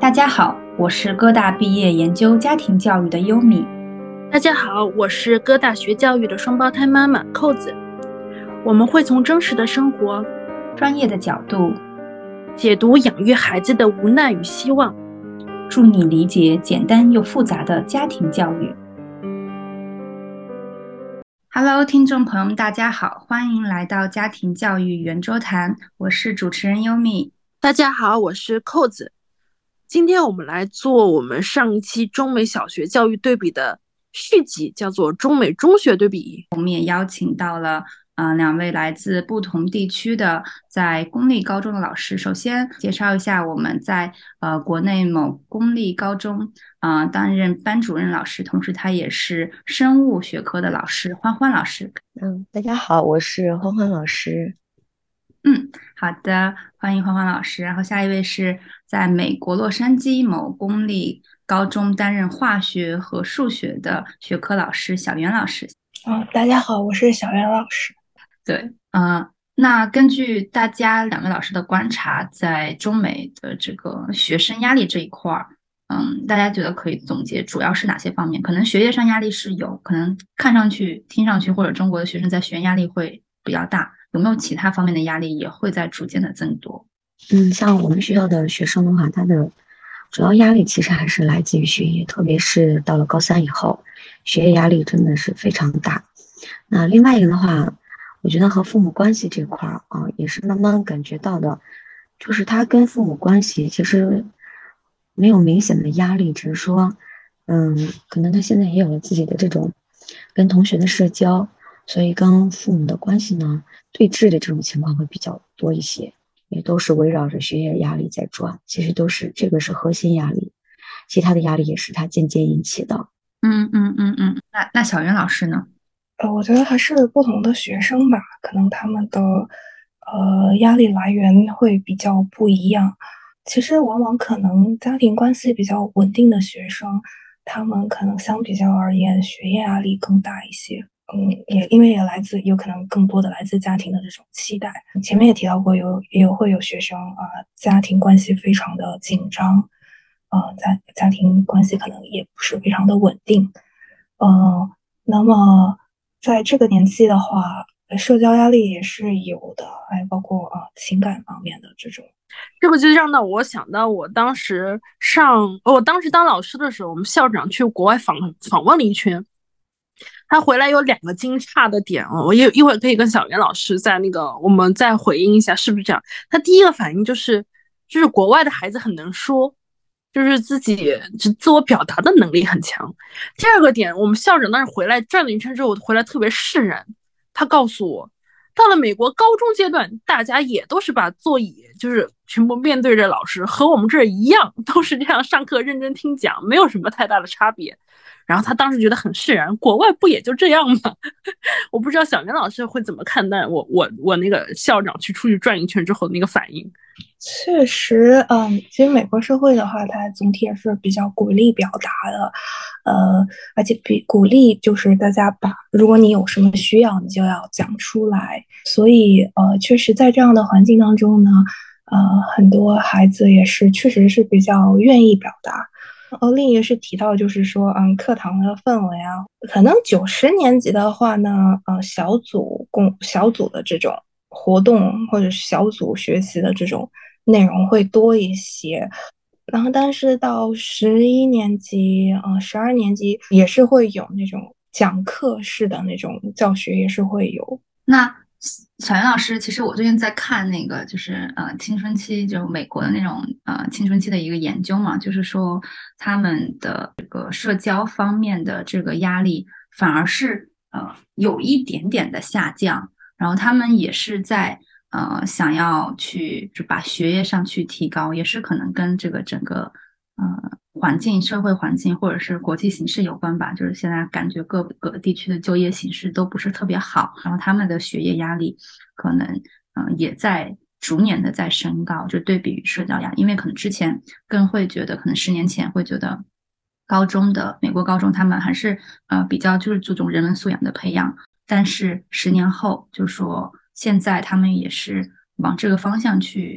大家好，我是哥大毕业研究家庭教育的优米。 大家好，我是哥大学教育的双胞胎妈妈扣子。我们会从真实的生活、 专业的角度解读养育孩子的无奈与希望， 助你理解简单又复杂的家庭教育。Hello， 听众朋友们，大家好，欢迎来到家庭教育圆桌谈，我是主持人优米。 大家好，我是扣子。今天我们来做我们上一期中美小学教育对比的续集，叫做中美中学对比。 我们也邀请到了两位来自不同地区的在公立高中的老师。首先介绍一下我们在国内某公立高中担任班主任老师，同时他也是生物学科的老师，欢欢老师。 大家好，我是欢欢老师。 好的，欢迎欢欢老师。然后下一位是在美国洛杉矶某公立高中担任化学和数学的学科老师小袁老师。 大家好，我是小袁老师。 对，那根据大家两位老师的观察，在中美的这个学生压力这一块儿，大家觉得可以总结主要是哪些方面？可能学业上压力是有，可能看上去、听上去，或者中国的学生在学压力会比较大，有没有其他方面的压力也会在逐渐的增多？ 像我们学校的学生的话，他的主要压力其实还是来自于学业，特别是到了高三以后，学业压力真的是非常大。那另外一个的话，我觉得和父母关系这块儿也是慢慢感觉到的，就是他跟父母关系其实没有明显的压力，只是说，可能他现在也有了自己的这种跟同学的社交，所以跟父母的关系呢，对峙的这种情况会比较多一些。也都是围绕着学业压力在转，其实都是这个是核心压力，其他的压力也是他间接引起的。 那小袁老师呢？ 我觉得还是不同的学生吧，可能他们的压力来源会比较不一样。其实往往可能家庭关系比较稳定的学生，他们可能相比较而言学业压力更大一些。也因为有可能更多的来自家庭的这种期待。前面也提到过，也会有学生家庭关系非常的紧张，家庭关系可能也不是非常的稳定。那么在这个年纪的话，社交压力也是有的，还包括情感方面的这种。 这个就让到我想到我当时当老师的时候，我们校长去国外访问了一圈。他回来有2个惊诧的点我一会儿可以跟小袁老师我们再回应一下是不是这样。他第一个反应就是国外的孩子很能说，就是自己自我表达的能力很强。第二个点，我们校长当时回来转了一圈之后回来特别释然，他告诉我，到了美国高中阶段，大家也都是把座椅就是全部面对着老师，和我们这儿一样，都是这样上课认真听讲，没有什么太大的差别。然后他当时觉得很释然，国外不也就这样吗？我不知道小袁老师会怎么看待我那个校长出去转一圈之后的那个反应。 确实，其实美国社会的话，它总体也是比较鼓励表达的，而且鼓励就是大家如果你有什么需要，你就要讲出来。所以，确实在这样的环境当中呢，很多孩子也是确实是比较愿意表达。另一个是提到就是说，课堂的氛围啊，可能90年级的话呢，小组的这种活动或者小组学习的这种内容会多一些，然后但是到11年级、12年级也是会有那种讲课式的那种教学，也是会有。 那小袁老师，其实我最近在看那个，就是青春期，就美国的那种青春期的一个研究嘛，就是说他们的这个社交方面的这个压力反而是有一点点的下降，然后他们也是在想要去就把学业上去提高，也是可能跟这个整个环境、社会环境或者是国际形势有关吧。就是现在感觉各个地区的就业形势都不是特别好，然后他们的学业压力可能也在逐年的在升高，就对比于社交压力，因为可能之前更会觉得，可能10年前会觉得美国高中他们还是比较就是注重人文素养的培养，但是10年后就说现在他们也是往这个方向去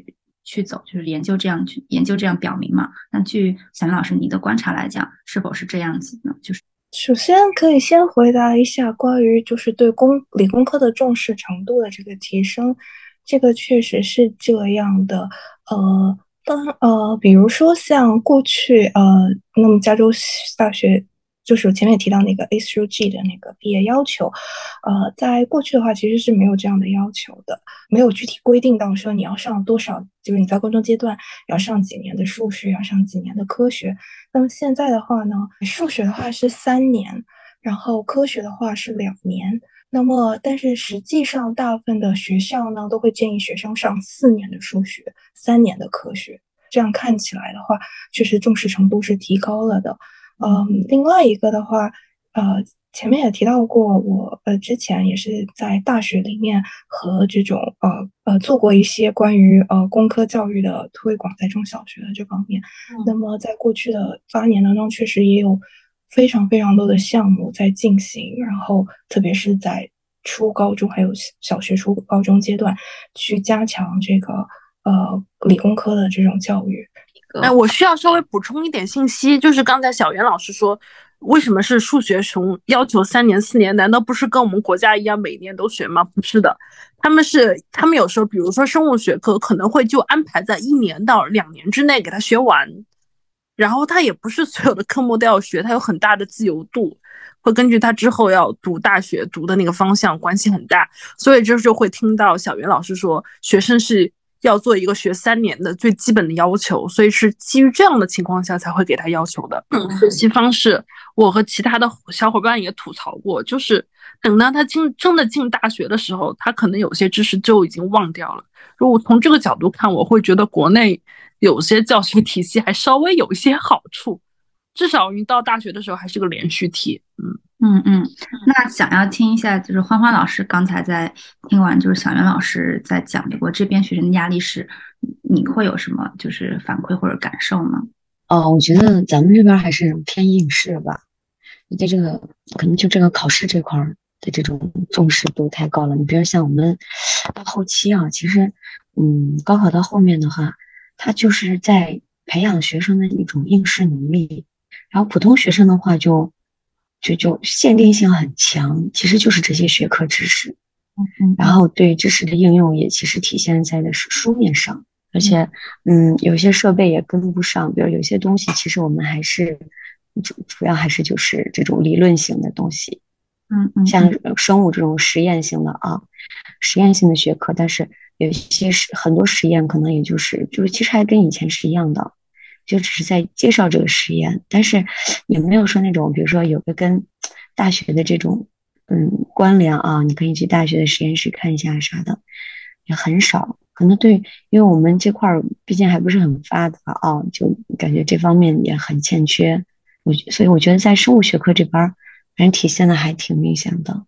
去走，就是研究这样表明嘛。那据小明老师你的观察来讲，是否是这样子呢？就是首先可以先回答一下关于就是对理工科的重视程度的这个提升，这个确实是这样的。比如说像过去那么加州大学就是我前面也提到那个 ASUG 的那个毕业要求，在过去的话其实是没有这样的要求的，没有具体规定到说你要上多少，就是你在高中阶段要上几年的数学，要上几年的科学。那么现在的话呢，数学的话是3年，然后科学的话是2年。那么，但是实际上，大部分的学校呢都会建议学生上4年的数学，3年的科学。这样看起来的话，确实重视程度是提高了的。另外一个的话，前面也提到过，我之前也是在大学里面和这种做过一些关于工科教育的推广，在中小学的这方面。那么在过去的8年当中，确实也有非常非常多的项目在进行，然后特别是在初高中还有小学、初高中阶段，去加强这个理工科的这种教育。 我需要稍微补充一点信息，就是刚才小袁老师说，为什么是数学从要求3年4年？难道不是跟我们国家一样每年都学吗？不是的，他们有时候，比如说生物学科，可能会就安排在1年到2年之内给他学完，然后他也不是所有的科目都要学，他有很大的自由度，会根据他之后要读大学读的那个方向关系很大，所以这就会听到小袁老师说，学生是要做一个学3年的最基本的要求，所以是基于这样的情况下才会给他要求的。学习方式，我和其他的小伙伴也吐槽过，就是等到他真的进大学的时候，他可能有些知识就已经忘掉了。如果从这个角度看，我会觉得国内有些教学体系还稍微有一些好处，至少你到大学的时候还是个连续题。 那想要听一下，就是欢欢老师刚才在听完就是小袁老师在讲美国这边学生的压力时，你会有什么就是反馈或者感受呢？ 我觉得咱们这边还是偏应试吧，对这个可能就这个考试这块儿的这种重视度太高了。你比如像我们到后期啊，其实高考到后面的话，它就是在培养学生的一种应试能力，然后普通学生的话就限定性很强，其实就是这些学科知识，然后对知识的应用也其实体现在的是书面上，而且有些设备也跟不上，比如有些东西其实我们还是主要还是就是这种理论型的东西，像生物这种实验性的实验性的学科，但是有一些很多实验可能也就是其实还跟以前是一样的，就只是在介绍这个实验，但是也没有说那种比如说有个跟大学的这种关联你可以去大学的实验室看一下啥的，也很少。可能对，因为我们这块儿毕竟还不是很发达就感觉这方面也很欠缺。所以我觉得在生物学科这边反正体现的还挺明显的。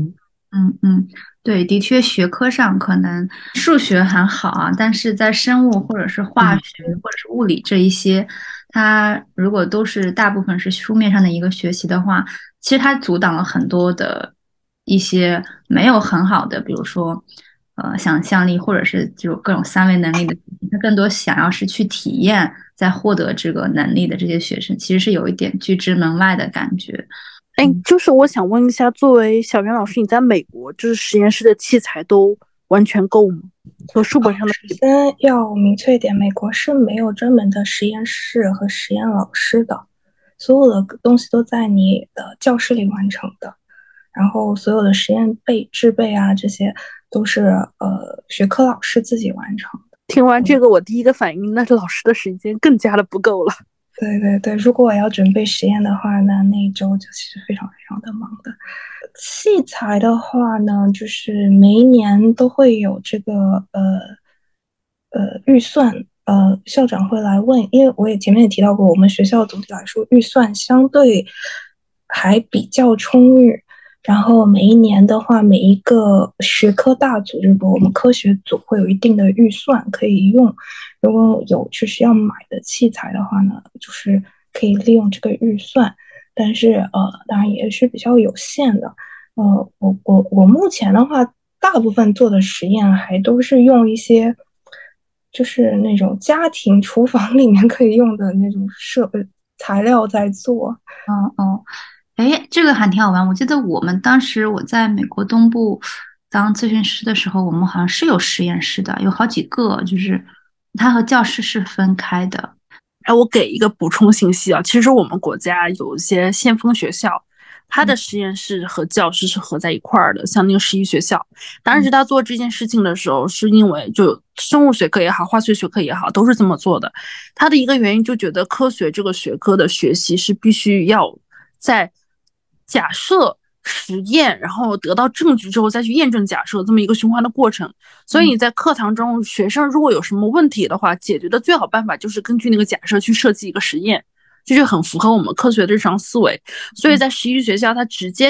对，的确学科上可能数学很好但是在生物或者是化学或者是物理这一些，它如果都是大部分是书面上的一个学习的话，其实它阻挡了很多的一些没有很好的，比如说想象力或者是就各种三维能力的，他更多想要是去体验再获得这个能力的这些学生，其实是有一点拒之门外的感觉。 就是我想问一下，作为小袁老师，你在美国就是实验室的器材都完全够吗？和书本上的？ 首先要明确一点，美国是没有专门的实验室和实验老师的，所有的东西都在你的教室里完成的，然后所有的实验制备这些都是学科老师自己完成的。 听完这个，我第一个反应，那老师的时间更加的不够了。 对对对，如果我要准备实验的话，那一周就其实非常非常的忙的。器材的话呢，就是每一年都会有这个预算，校长会来问，因为我也前面也提到过，我们学校总体来说预算相对还比较充裕。然后每一年的话，每一个学科大组，就是我们科学组会有一定的预算可以用。如果有就是要买的器材的话呢，就是可以利用这个预算，但是当然也是比较有限的。我目前的话，大部分做的实验还都是用一些就是那种家庭厨房里面可以用的那种材料在做。 哦哦，哎，这个还挺好玩。我记得我们当时我在美国东部当咨询师的时候，我们好像是有实验室的，有好几个，就是它和教室是分开的。 哎，我给一个补充信息啊，其实我们国家有一些先锋学校，它的实验室和教室是合在一块儿的，像那个11学校。当时他做这件事情的时候，是因为就生物学科也好，化学学科也好，都是这么做的。他的一个原因就觉得科学这个学科的学习是必须要在假设、实验，然后得到证据之后再去验证假设这么一个循环的过程。所以你在课堂中，学生如果有什么问题的话，解决的最好办法就是根据那个假设去设计一个实验，这就很符合我们科学的日常思维。所以在11学校，它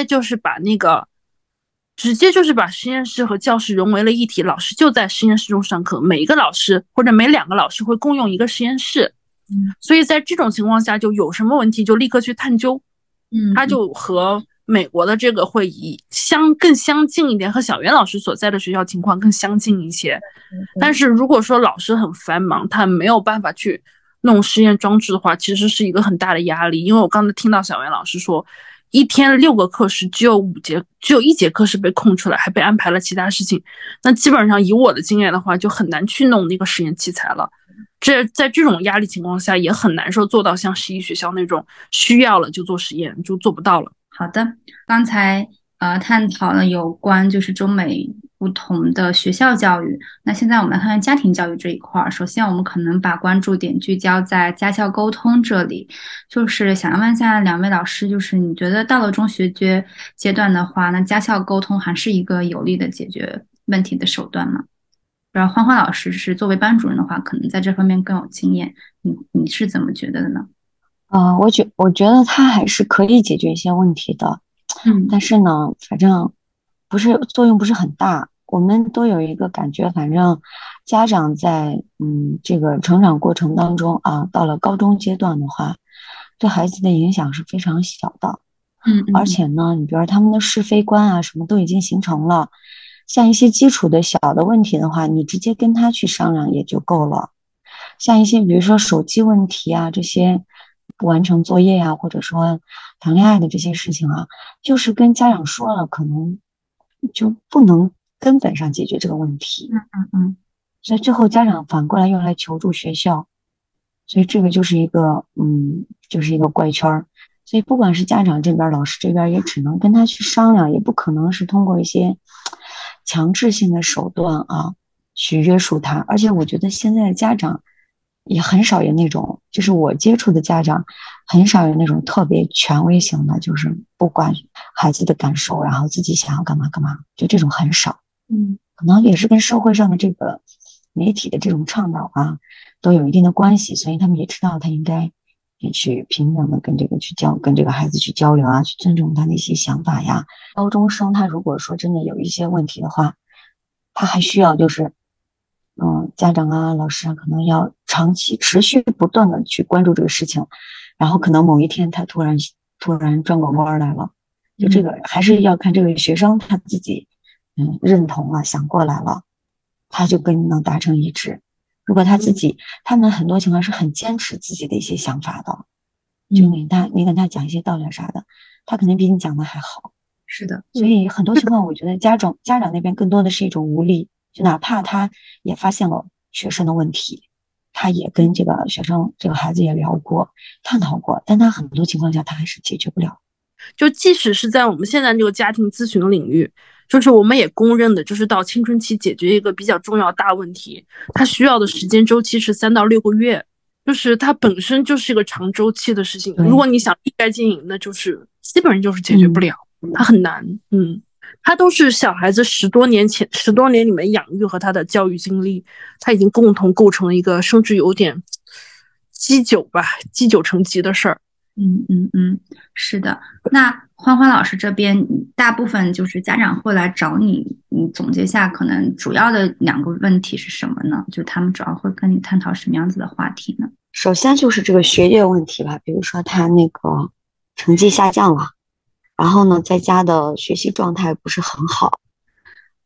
直接就是把实验室和教室融为了一体，老师就在实验室中上课，每一个老师或者每2个老师会共用一个实验室。所以在这种情况下，就有什么问题就立刻去探究。它就和美国的这个会更相近一点，和小袁老师所在的学校情况更相近一些。但是如果说老师很繁忙，他没有办法去弄实验装置的话，其实是一个很大的压力。因为我刚才听到小袁老师说，一天6个课时，只有1节课是被空出来，还被安排了其他事情。那基本上以我的经验的话，就很难去弄那个实验器材了。在这种压力情况下，也很难受做到像11学校那种需要了就做实验，就做不到了。 好的，刚才探讨了有关就是中美不同的学校教育，那现在我们来看看家庭教育这一块儿。首先，我们可能把关注点聚焦在家校沟通这里，就是想要问一下2位老师，就是你觉得到了中学阶段的话，那家校沟通还是一个有力的解决问题的手段吗？然后欢欢老师是作为班主任的话，可能在这方面更有经验，你是怎么觉得的呢？ 我觉得它还是可以解决一些问题的，但是呢，反正作用不是很大。我们都有一个感觉，反正家长在这个成长过程当中啊，到了高中阶段的话，对孩子的影响是非常小的。而且呢，你比如说他们的是非观啊，什么都已经形成了。像一些基础的小的问题的话，你直接跟他去商量也就够了。像一些比如说手机问题啊，这些不完成作业呀、或者说谈恋爱的这些事情啊，就是跟家长说了，可能就不能根本上解决这个问题。所以最后家长反过来又来求助学校，所以这个就是一个怪圈儿。所以不管是家长这边，老师这边，也只能跟他去商量，也不可能是通过一些强制性的手段啊去约束他。而且我觉得现在的家长也很少有那种，就是我接触的家长很少有那种特别权威型的，就是不管孩子的感受，然后自己想要干嘛干嘛，就这种很少。可能也是跟社会上的这个媒体的这种倡导啊都有一定的关系，所以他们也知道他应该也去平等的跟这个孩子去交流啊，去尊重他的一些想法呀。高中生他如果说真的有一些问题的话，他还需要就是家长啊老师啊可能要长期持续不断的去关注这个事情，然后可能某一天他突然转过弯来了，就这个还是要看这个学生他自己认同了，想过来了，他就跟你能达成一致。如果他们很多情况是很坚持自己的一些想法的，就你跟他讲一些道理啥的，他肯定比你讲的还好。 是的， 所以很多情况，我觉得家长那边更多的是一种无力，就哪怕他也发现了学生的问题，他也跟这个学生这个孩子也聊过、探讨过，但他很多情况下他还是解决不了。 就即使是在我们现在这个家庭咨询领域，就是我们也公认的，就是到青春期解决一个比较重要大问题，它需要的时间周期是3到6个月，就是它本身就是一个长周期的事情。如果你想立竿见影，那就是基本上就是解决不了，它很难。它都是小孩子10多年里面养育和他的教育经历，他已经共同构成了一个甚至有点积久成疾的事儿。 是的。那欢欢老师这边，大部分就是家长会来找你，你总结下可能主要的2个问题是什么呢？就他们主要会跟你探讨什么样子的话题呢？ 首先就是这个学业问题吧，比如说他那个成绩下降了，然后呢在家的学习状态不是很好，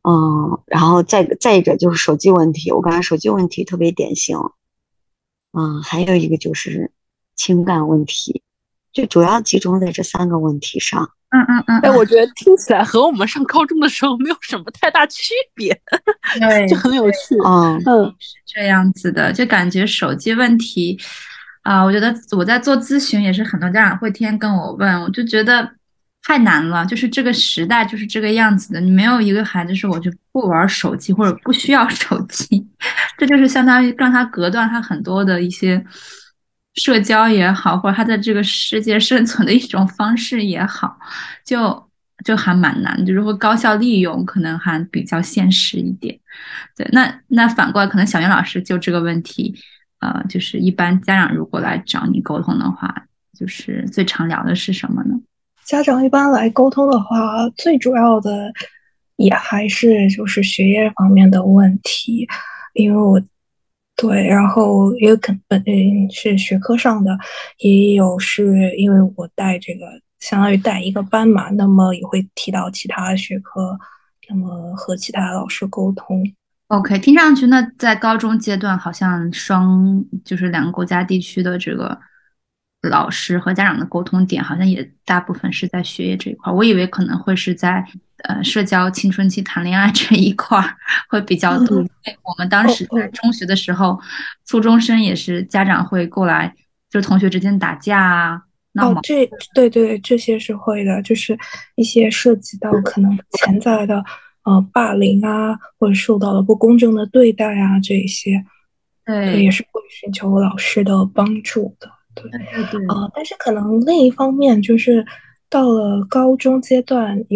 然后再一个就是手机问题，我感觉手机问题特别典型。还有一个就是情感问题，就主要集中在这3个问题上。 哎，我觉得听起来和我们上高中的时候没有什么太大区别， 对， 就很有趣。 是这样子的，就感觉手机问题我觉得我在做咨询也是很多家长会天天跟我问，我就觉得太难了，就是这个时代就是这个样子的，你没有一个孩子说我就不玩手机或者不需要手机，这就是相当于让他隔断他很多的一些社交也好，或者他在这个世界生存的一种方式也好，就还蛮难的，就如果高效利用，可能还比较现实一点。对，那反过来，可能小袁老师就这个问题，就是一般家长如果来找你沟通的话，就是最常聊的是什么呢？ 家长一般来沟通的话，最主要的也还是就是学业方面的问题，因为对，然后也有是学科上的，也有是因为我带这个相当于带一个班嘛，那么也会提到其他学科，那么和其他老师沟通。 OK，听上去那在高中阶段，好像就是两个国家地区的这个老师和家长的沟通点，好像也大部分是在学业这一块儿。我以为可能会是在社交、青春期、谈恋爱这一块儿会比较多。因为我们当时在中学的时候，初中生也是家长会过来，就是同学之间打架啊、闹矛。 对，这些是会的，就是一些涉及到可能潜在的霸凌啊，或者受到了不公正的对待啊，这一些，对， 对也是会寻求老师的帮助的，对， 对， 但是可能另一方面就是到了高中阶段，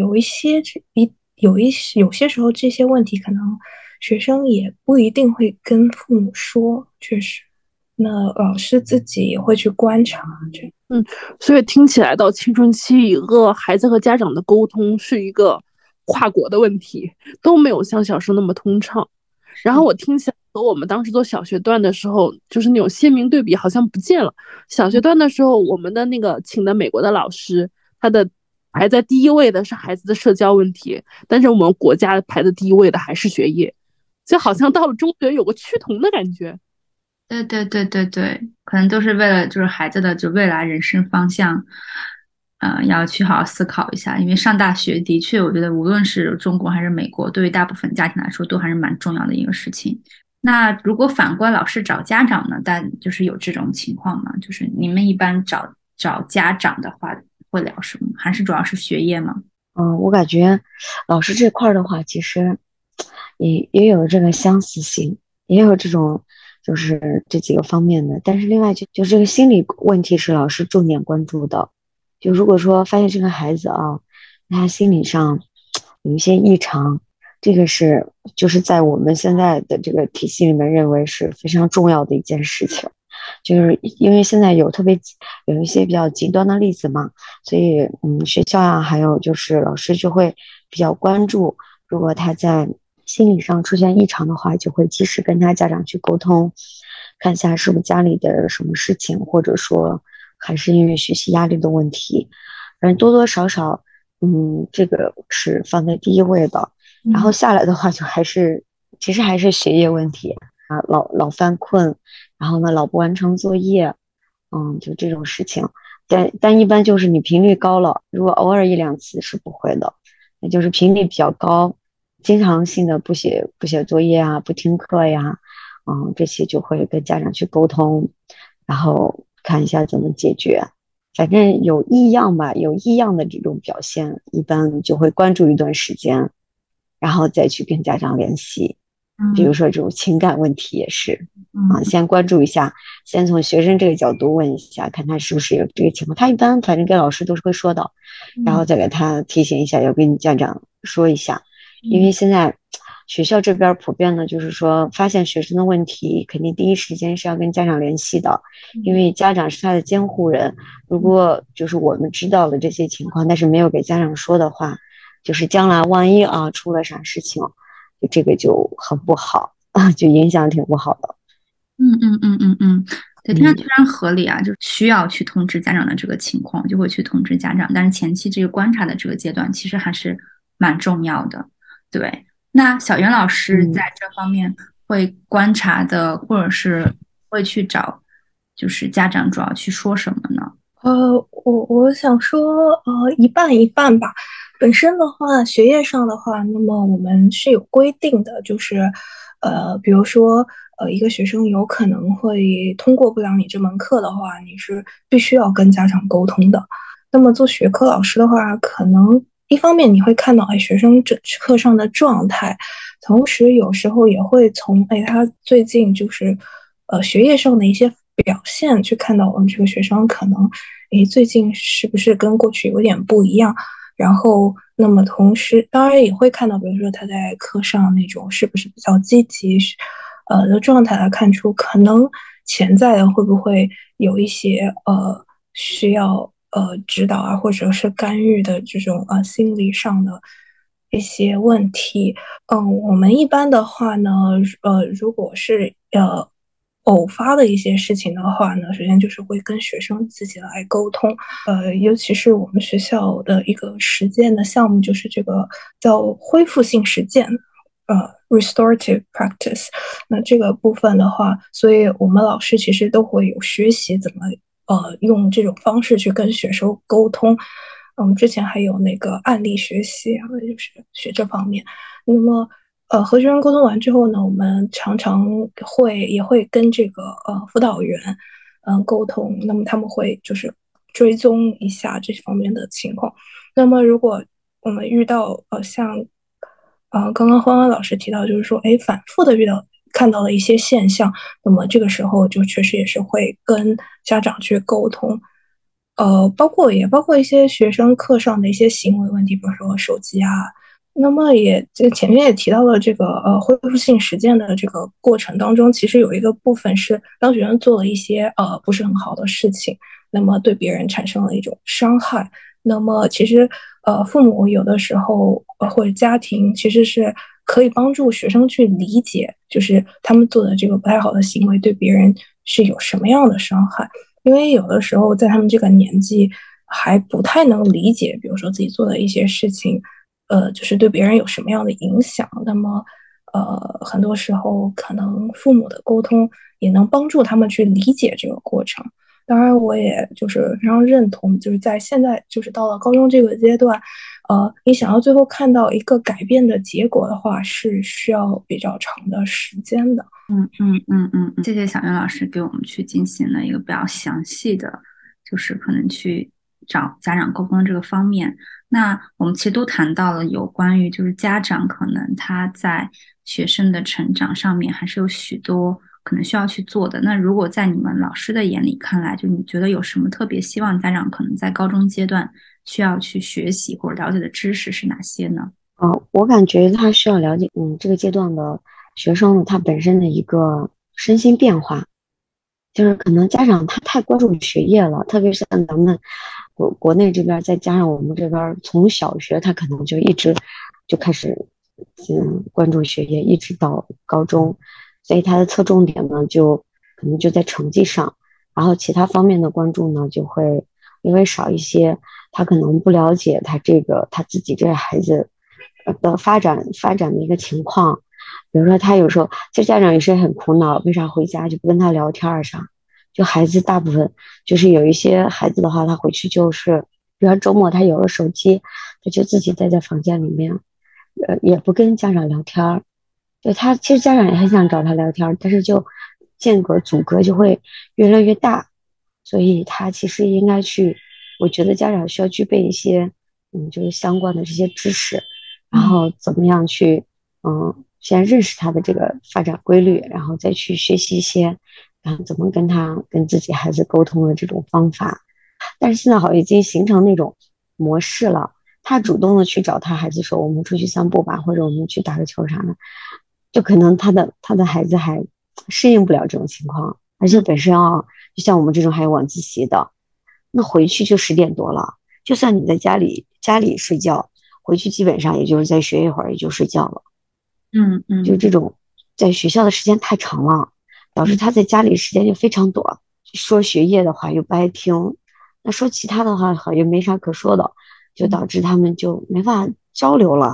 有些时候这些问题可能学生也不一定会跟父母说，确实，那老师自己也会去观察，这样。 所以听起来到青春期，一个孩子和家长的沟通是一个跨国的问题，都没有像小时候那么通畅。然后我听起来和我们当时做小学段的时候，就是那种鲜明对比好像不见了。小学段的时候，我们的那个请的美国的老师，他的排在第一位的是孩子的社交问题，但是我们国家排在第一位的还是学业，就好像到了中学有个趋同的感觉。 对，可能都是为了就是孩子的就未来人生方向，要去好好思考一下。因为上大学的确，我觉得无论是中国还是美国，对于大部分家庭来说都还是蛮重要的一个事情。那如果反观老师找家长呢，但就是有这种情况吗？就是你们一般找家长的话，会聊什么？还是主要是学业吗？ 我感觉老师这块儿的话，其实也有这个相似性，也有这种就是这几个方面的。但是另外就这个心理问题是老师重点关注的。就如果说发现这个孩子啊，他心理上有一些异常，这个就是在我们现在的这个体系里面认为是非常重要的一件事情。就是因为现在有一些比较极端的例子嘛，所以学校啊，还有就是老师就会比较关注，如果他在心理上出现异常的话，就会及时跟他家长去沟通，看一下是不是家里的什么事情，或者说还是因为学习压力的问题，反正多多少少，这个是放在第一位的，然后下来的话就其实还是学业问题啊，老犯困。然后呢，老不完成作业，就这种事情。但一般就是你频率高了，如果偶尔一两次是不会的，那就是频率比较高，经常性的不写作业啊，不听课呀，这些就会跟家长去沟通，然后看一下怎么解决。反正有异样吧，有异样的这种表现，一般就会关注一段时间，然后再去跟家长联系。比如说这种情感问题也是先关注一下，先从学生这个角度问一下，看他是不是有这个情况。他一般反正跟老师都是会说到，然后再给他提醒一下，要跟家长说一下。因为现在学校这边普遍的就是说，发现学生的问题，肯定第一时间是要跟家长联系的，因为家长是他的监护人。如果就是我们知道了这些情况，但是没有给家长说的话，就是将来万一出了啥事情，这个就很不好就影响挺不好的。 对，听上去非常合理啊，就需要去通知家长的这个情况，就会去通知家长。但是前期这个观察的这个阶段，其实还是蛮重要的。对， 那小袁老师嗯。 在这方面会观察的，或者是会去找，就是家长主要去说什么呢？ 我想说，一半一半吧。本身的话，学业上的话，那么我们是有规定的，就是，比如说，一个学生有可能会通过不了你这门课的话，你是必须要跟家长沟通的。那么做学科老师的话，可能一方面你会看到，哎，学生这课上的状态，同时有时候也会从，哎，他最近就是，学业上的一些表现去看到，这个学生可能，哎，最近是不是跟过去有点不一样？然后，那么同时，当然也会看到，比如说他在课上那种是不是比较积极，的状态来看出，可能潜在的会不会有一些需要指导啊，或者是干预的这种心理上的一些问题。我们一般的话呢，如果是偶发的一些事情的话呢，首先就是会跟学生自己来沟通，尤其是我们学校的一个实践的项目，就是这个叫恢复性实践，restorative practice。那这个部分的话，所以我们老师其实都会有学习怎么用这种方式去跟学生沟通。之前还有那个案例学习啊，就是学这方面。那么和学生沟通完之后呢，我们常常也会跟这个辅导员沟通，那么他们会就是追踪一下这方面的情况。那么如果我们遇到像刚刚欢欢老师提到，就是说，哎，反复的看到了一些现象，那么这个时候就确实也是会跟家长去沟通，包括一些学生课上的一些行为问题，比如说手机啊。那么这前面也提到了这个恢复性实践的这个过程当中，其实有一个部分是当学生做了一些不是很好的事情，那么对别人产生了一种伤害。那么其实父母有的时候或者家庭其实是可以帮助学生去理解，就是他们做的这个不太好的行为对别人是有什么样的伤害。因为有的时候在他们这个年纪还不太能理解，比如说自己做的一些事情，就是对别人有什么样的影响。那么，很多时候可能父母的沟通也能帮助他们去理解这个过程。当然，我也就是非常认同，就是在现在就是到了高中这个阶段，你想要最后看到一个改变的结果的话，是需要比较长的时间的。 谢谢小袁老师给我们去进行了一个比较详细的，就是可能去找家长沟通这个方面。那我们其实都谈到了有关于就是家长可能他在学生的成长上面还是有许多可能需要去做的。那如果在你们老师的眼里看来，就你觉得有什么特别希望家长可能在高中阶段需要去学习或者了解的知识是哪些呢？ 我感觉他需要了解，这个阶段的学生他本身的一个身心变化，就是可能家长他太关注学业了，特别是像咱们国内这边，再加上我们这边从小学他可能就一直就开始关注学业，一直到高中，所以他的侧重点呢就可能就在成绩上，然后其他方面的关注呢就会因为少一些，他可能不了解他自己这个孩子的发展的一个情况。比如说他有时候，其实家长有时候很苦恼，为啥回家就不跟他聊天儿啥？就孩子大部分就是有一些孩子的话，他回去就是，比如说周末他有了手机，他就自己待在房间里面，也不跟家长聊天儿。就他其实家长也很想找他聊天儿，但是就间隔阻隔就会越来越大，所以他其实应该去，我觉得家长需要具备一些，就是相关的这些知识，然后怎么样去。先认识他的这个发展规律，然后再去学习一些，怎么跟自己孩子沟通的这种方法。但是现在好像已经形成那种模式了，他主动的去找他孩子说我们出去散步吧，或者我们去打个球啥的，就可能他的孩子还适应不了这种情况，而且本身就像我们这种还有晚自习的，那回去就10点多了，就算你在家里睡觉，回去基本上也就是再学一会儿也就睡觉了。就这种在学校的时间太长了，导致他在家里时间就非常短。说学业的话又不爱听，那说其他的话好像没啥可说的，就导致他们就没法交流了。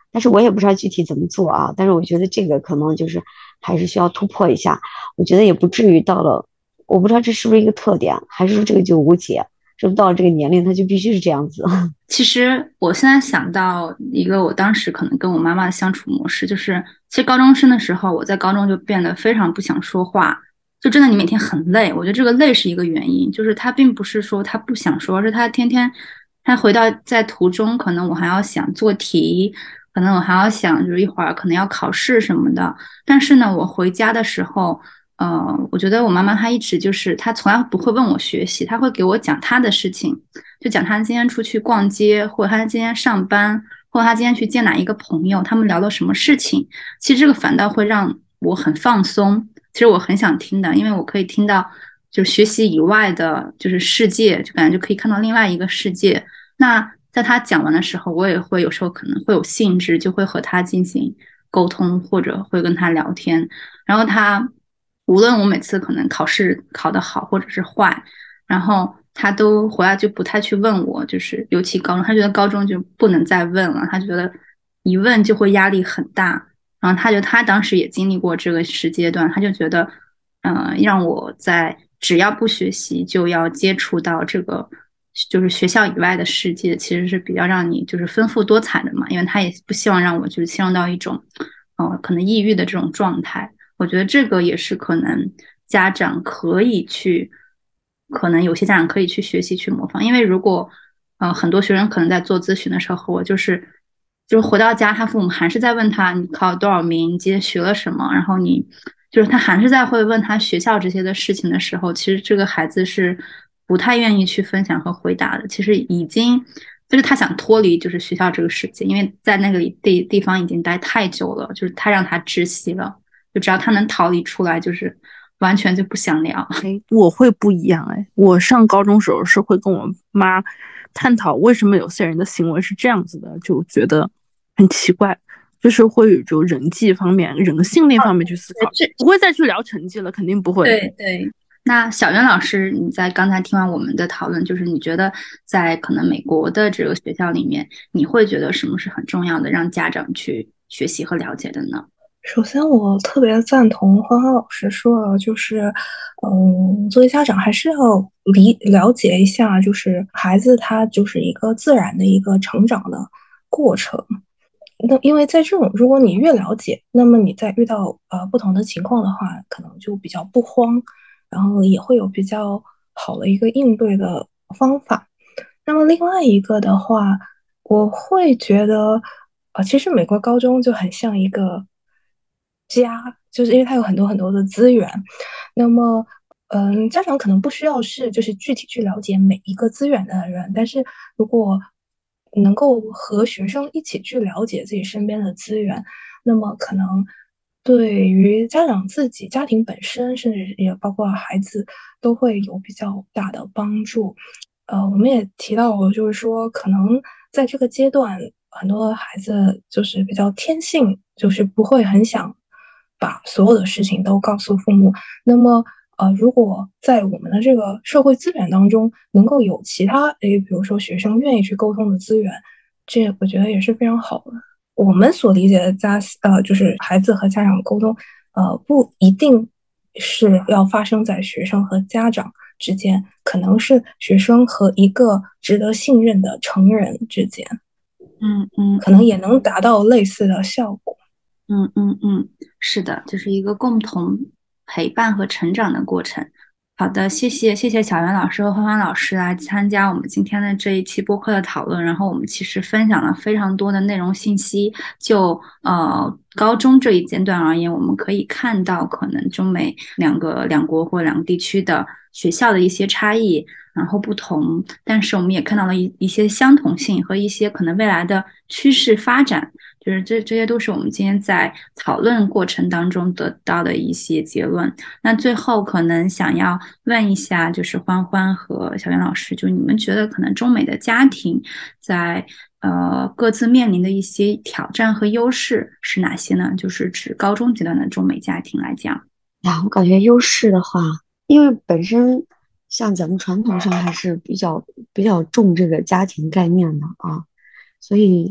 但是我也不知道具体怎么做啊。但是我觉得这个可能就是还是需要突破一下。我觉得也不至于到了，我不知道这是不是一个特点，还是说这个就无解，是不是到了这个年龄他就必须是这样子？ 其实我现在想到一个，我当时可能跟我妈妈的相处模式，就是其实高中生的时候，我在高中就变得非常不想说话，就真的你每天很累。我觉得这个累是一个原因，就是他并不是说他不想说，而是他天天他回到在途中，可能我还要想做题，可能我还要想就是一会儿可能要考试什么的。但是呢，我回家的时候。我觉得我妈妈她一直就是她从来不会问我学习，她会给我讲她的事情，就讲她今天出去逛街，或者她今天上班，或者她今天去见哪一个朋友，他们聊了什么事情。其实这个反倒会让我很放松。其实我很想听的，因为我可以听到就是学习以外的，就是世界，就感觉就可以看到另外一个世界。那在她讲完的时候，我也会有时候可能会有兴致，就会和她进行沟通，或者会跟她聊天。然后她无论我每次可能考试考得好或者是坏，然后他都回来就不太去问我，就是尤其高中，他觉得高中就不能再问了，他觉得一问就会压力很大。然后他觉得他当时也经历过这个时阶段，他就觉得，让我在只要不学习就要接触到这个就是学校以外的世界，其实是比较让你就是丰富多彩的嘛，因为他也不希望让我就是陷入到一种，可能抑郁的这种状态。我觉得这个也是可能家长可以去，可能有些家长可以去学习去模仿，因为如果很多学生可能在做咨询的时候和我就是回到家，他父母还是在问他你考了多少名，你今天学了什么，然后你就是他还是在会问他学校这些的事情的时候，其实这个孩子是不太愿意去分享和回答的。其实已经就是他想脱离就是学校这个世界，因为在那个地方已经待太久了，就是太让他窒息了。就只要他能逃离出来，就是完全就不想聊。 哎，我会不一样哎，我上高中时候是会跟我妈探讨为什么有些人的行为是这样子的，就觉得很奇怪，就是会就人际方面、人性那方面去思考，不会再去聊成绩了，肯定不会。 对对。那小袁老师，你在刚才听完我们的讨论，就是你觉得在可能美国的这个学校里面，你会觉得什么是很重要的，让家长去学习和了解的呢？ 首先，我特别赞同欢欢老师说的，就是，作为家长还是要了解一下，就是孩子他就是一个自然的一个成长的过程。那因为在这种，如果你越了解，那么你在遇到不同的情况的话，可能就比较不慌，然后也会有比较好的一个应对的方法。那么另外一个的话，我会觉得，其实美国高中就很像一个家，就是因为它有很多很多的资源。那么，家长可能不需要是就是具体去了解每一个资源的人，但是如果能够和学生一起去了解自己身边的资源，那么可能对于家长自己、家庭本身，甚至也包括孩子，都会有比较大的帮助。我们也提到过，就是说，可能在这个阶段，很多孩子就是比较天性，就是不会很想把所有的事情都告诉父母。那么，如果在我们的这个社会资源当中，能够有其他，比如说学生愿意去沟通的资源，这我觉得也是非常好的。我们所理解的就是孩子和家长沟通，不一定是要发生在学生和家长之间，可能是学生和一个值得信任的成人之间，可能也能达到类似的效果。 是的，就是一个共同陪伴和成长的过程。好的，谢谢小袁老师和欢欢老师来参加我们今天的这一期播客的讨论。然后我们其实分享了非常多的内容信息。就高中这一阶段而言，我们可以看到可能中美两国或两个地区的学校的一些差异，然后不同，但是我们也看到了一些相同性和一些可能未来的趋势发展。就是这些都是我们今天在讨论过程当中得到的一些结论。那最后可能想要问一下，就是欢欢和小袁老师，就你们觉得可能中美的家庭在各自面临的一些挑战和优势是哪些呢？就是指高中阶段的中美家庭来讲。 呀，我感觉优势的话，因为本身像咱们传统上还是比较重这个家庭概念的啊，所以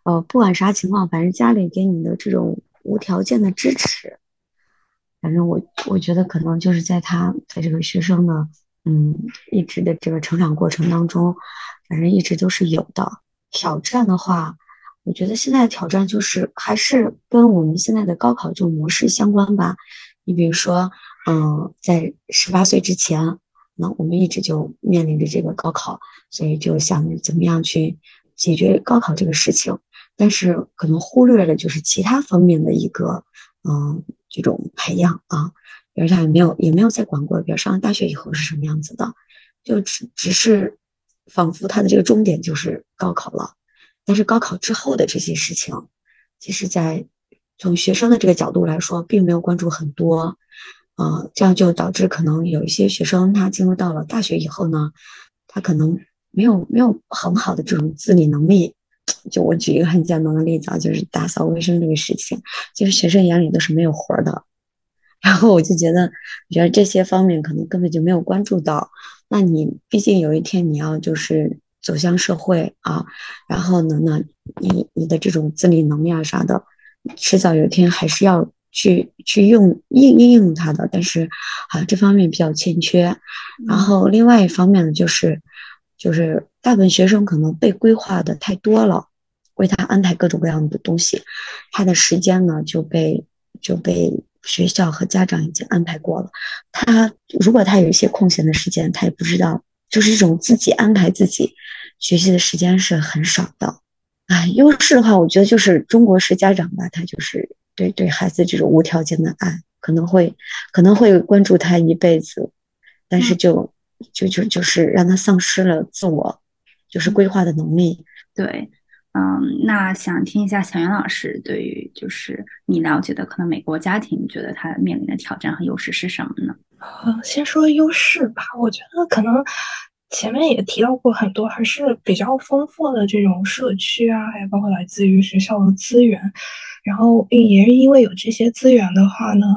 不管啥情况，反正家里给你的这种无条件的支持，反正我觉得可能就是在这个学生的一直的这个成长过程当中，反正一直都是有的。挑战的话，我觉得现在的挑战就是还是跟我们现在的高考这种模式相关吧。你比如说，在18岁之前，那我们一直就面临着这个高考，所以就想着怎么样去解决高考这个事情，但是可能忽略了就是其他方面的一个这种培养啊，比如像也没有再管过，比如上了大学以后是什么样子的，就只是仿佛他的这个终点就是高考了，但是高考之后的这些事情，其实在从学生的这个角度来说，并没有关注很多，这样就导致可能有一些学生他进入到了大学以后呢，他可能没有很好的这种自理能力。就我举一个很简单的例子啊，就是打扫卫生这个事情，其实学生眼里都是没有活的。然后我就觉得这些方面可能根本就没有关注到。那你毕竟有一天你要就是走向社会啊，然后呢，那你的这种自理能力啊啥的，迟早有一天还是要去应用它的。但是这方面比较欠缺。然后另外一方面呢，就是大部分学生可能被规划的太多了，为他安排各种各样的东西，他的时间呢就被学校和家长已经安排过了。如果他有一些空闲的时间，他也不知道，就是这种自己安排自己学习的时间是很少的。优势的话，我觉得就是中国式家长吧，他就是对孩子这种无条件的爱，可能会关注他一辈子，但是就是让他丧失了自我，就是规划的能力。 对，那想听一下小袁老师对于就是你了解的可能美国家庭，你觉得他面临的挑战和优势是什么呢？ 先说优势吧，我觉得可能前面也提到过很多，还是比较丰富的这种社区啊，还有包括来自于学校的资源。然后也是因为有这些资源的话呢，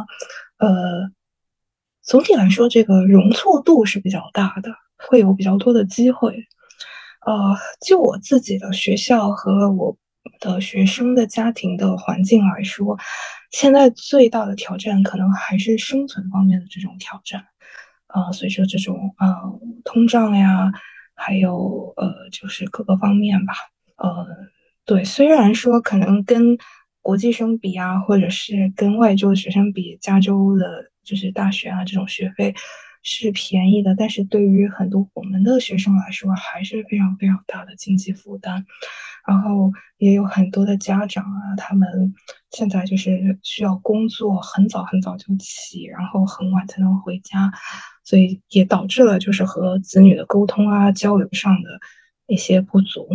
总体来说这个容错度是比较大的，会有比较多的机会。就我自己的学校和我的学生的家庭的环境来说，现在最大的挑战可能还是生存方面的这种挑战。随着这种通胀呀，还有就是各个方面吧。呃，对，虽然说可能跟国际生比啊，或者是跟外州的学生比，加州的就是大学啊这种学费是便宜的，但是对于很多我们的学生来说，还是非常非常大的经济负担。然后也有很多的家长啊，他们现在就是需要工作，很早很早就起，然后很晚才能回家，所以也导致了就是和子女的沟通啊、交流上的一些不足。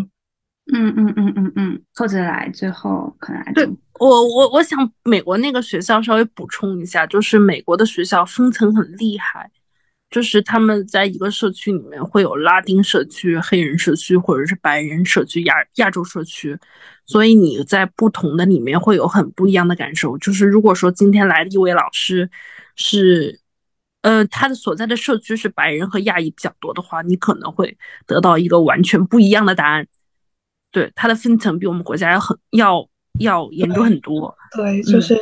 或者来最后可能来对，我想美国那个学校稍微补充一下，就是美国的学校分层很厉害，就是他们在一个社区里面会有拉丁社区、黑人社区，或者是白人社区、亚洲社区，所以你在不同的里面会有很不一样的感受。就是如果说今天来的一位老师是，他的所在的社区是白人和亚裔比较多的话，你可能会得到一个完全不一样的答案。对，它的分层比我们国家要严重很多。 对，就是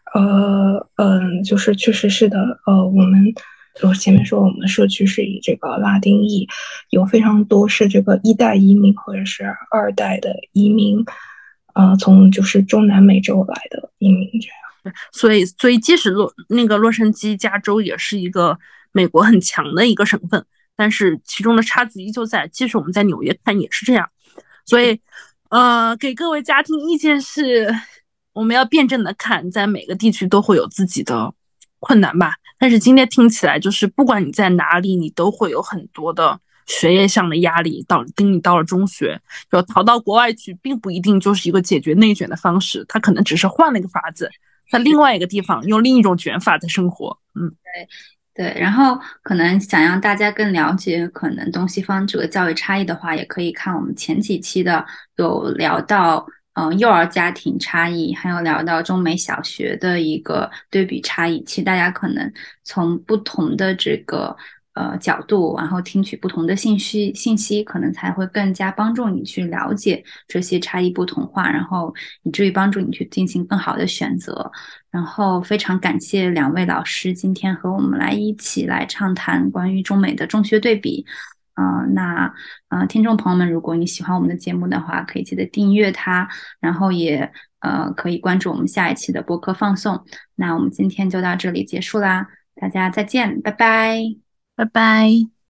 就是确实是的。我们就是前面说我们的社区是以这个拉丁裔，有非常多是这个一代移民或者是二代的移民，从就是中南美洲来的移民这样。 所以即使洛杉矶、加州也是一个美国很强的一个省份，但是其中的差距依旧在。即使我们在纽约看也是这样。所以，给各位家庭意见是，我们要辩证的看，在每个地区都会有自己的困难吧。但是今天听起来，就是不管你在哪里，你都会有很多的学业上的压力。等你到了中学，就逃到国外去，并不一定就是一个解决内卷的方式，它可能只是换了一个法子，在另外一个地方用另一种卷法在生活。 对，然后可能想让大家更了解可能东西方这个教育差异的话，也可以看我们前几期的，有聊到幼儿家庭差异，还有聊到中美小学的一个对比差异。其实大家可能从不同的这个角度，然后听取不同的信息，可能才会更加帮助你去了解这些差异不同化，然后以至于帮助你去进行更好的选择。然后非常感谢两位老师今天和我们一起来畅谈关于中美的中学对比。听众朋友们，如果你喜欢我们的节目的话，可以记得订阅它，然后也可以关注我们下一期的播客放送。那我们今天就到这里结束啦，大家再见，拜拜。 拜拜。